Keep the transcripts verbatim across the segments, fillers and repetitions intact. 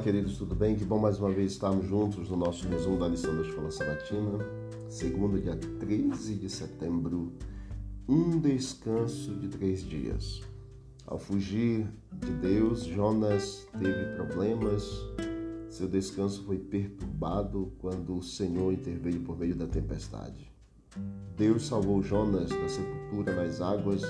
queridos, tudo bem? Que bom mais uma vez estarmos juntos no nosso resumo da lição da Escola Sabatina. Segundo, dia treze de setembro, um descanso de três dias. Ao fugir de Deus, Jonas teve problemas. Seu descanso foi perturbado quando o Senhor interveio por meio da tempestade. Deus salvou Jonas da sepultura nas águas,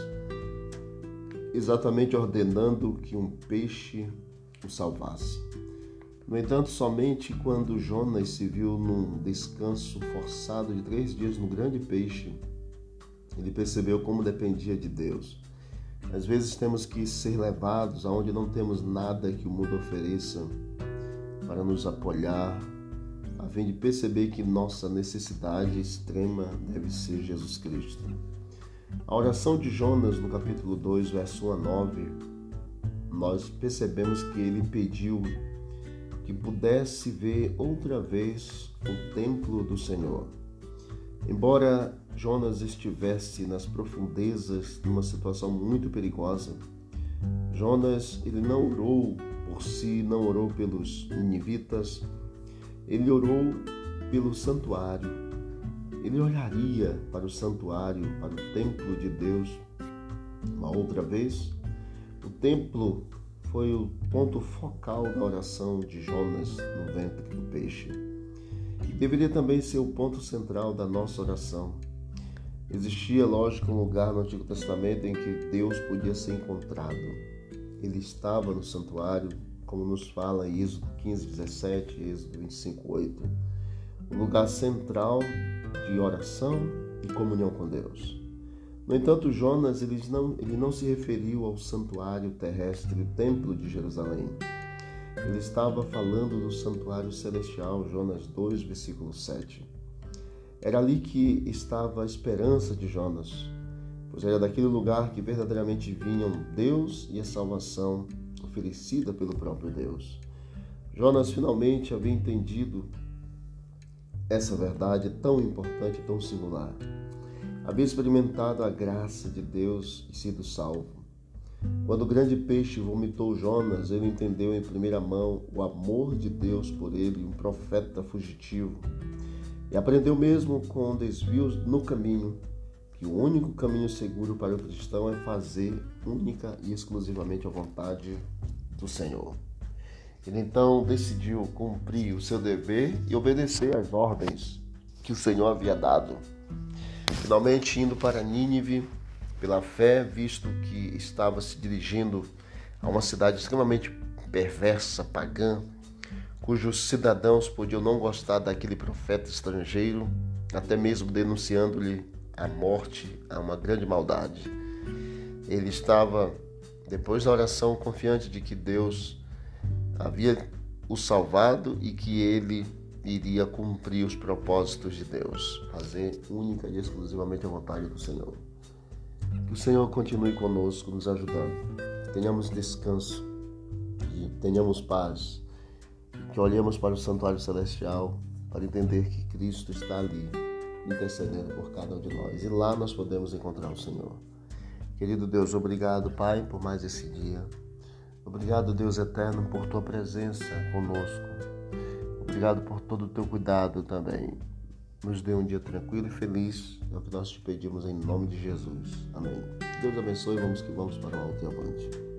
exatamente ordenando que um peixe o salvasse. No entanto, somente quando Jonas se viu num descanso forçado de três dias no grande peixe, ele percebeu como dependia de Deus. Às vezes temos que ser levados aonde não temos nada que o mundo ofereça para nos apoiar, a fim de perceber que nossa necessidade extrema deve ser Jesus Cristo. A oração de Jonas, no capítulo dois, verso um a nove, nós percebemos que ele pediu que pudesse ver outra vez o templo do Senhor. Embora Jonas estivesse nas profundezas de uma situação muito perigosa, Jonas ele não orou por si, não orou pelos ninivitas, ele orou pelo santuário. Ele olharia para o santuário, para o templo de Deus uma outra vez. O templo foi o ponto focal da oração de Jonas no ventre do peixe. E deveria também ser o ponto central da nossa oração. Existia, lógico, um lugar no Antigo Testamento em que Deus podia ser encontrado. Ele estava no santuário, como nos fala em Êxodo quinze, dezessete, Êxodo vinte e cinco, oito. Um lugar central de oração e comunhão com Deus. No entanto, Jonas ele não, ele não se referiu ao santuário terrestre, o templo de Jerusalém. Ele estava falando do santuário celestial, Jonas dois, versículo sete. Era ali que estava a esperança de Jonas, pois era daquele lugar que verdadeiramente vinham Deus e a salvação oferecida pelo próprio Deus. Jonas finalmente havia entendido essa verdade tão importante e tão singular. Havia experimentado a graça de Deus e sido salvo. Quando o grande peixe vomitou Jonas, ele entendeu em primeira mão o amor de Deus por ele, um profeta fugitivo. E aprendeu mesmo com desvios no caminho, que o único caminho seguro para o cristão é fazer única e exclusivamente a vontade do Senhor. Ele então decidiu cumprir o seu dever e obedecer às ordens que o Senhor havia dado. Finalmente indo para Nínive, pela fé, visto que estava se dirigindo a uma cidade extremamente perversa, pagã, cujos cidadãos podiam não gostar daquele profeta estrangeiro, até mesmo denunciando-lhe a morte, a uma grande maldade. Ele estava, depois da oração, confiante de que Deus havia o salvado e que ele iria cumprir os propósitos de Deus, fazer única e exclusivamente a vontade do Senhor. Que o Senhor continue conosco, nos ajudando. Tenhamos descanso e tenhamos paz. Que olhemos para o santuário celestial para entender que Cristo está ali, intercedendo por cada um de nós. E lá nós podemos encontrar o Senhor. Querido Deus, obrigado, Pai, por mais esse dia. Obrigado, Deus eterno, por Tua presença conosco. Obrigado por todo o Teu cuidado também. Nos dê um dia tranquilo e feliz. É o que nós te pedimos em nome de Jesus. Amém. Deus abençoe. Vamos que vamos para o alto e avante.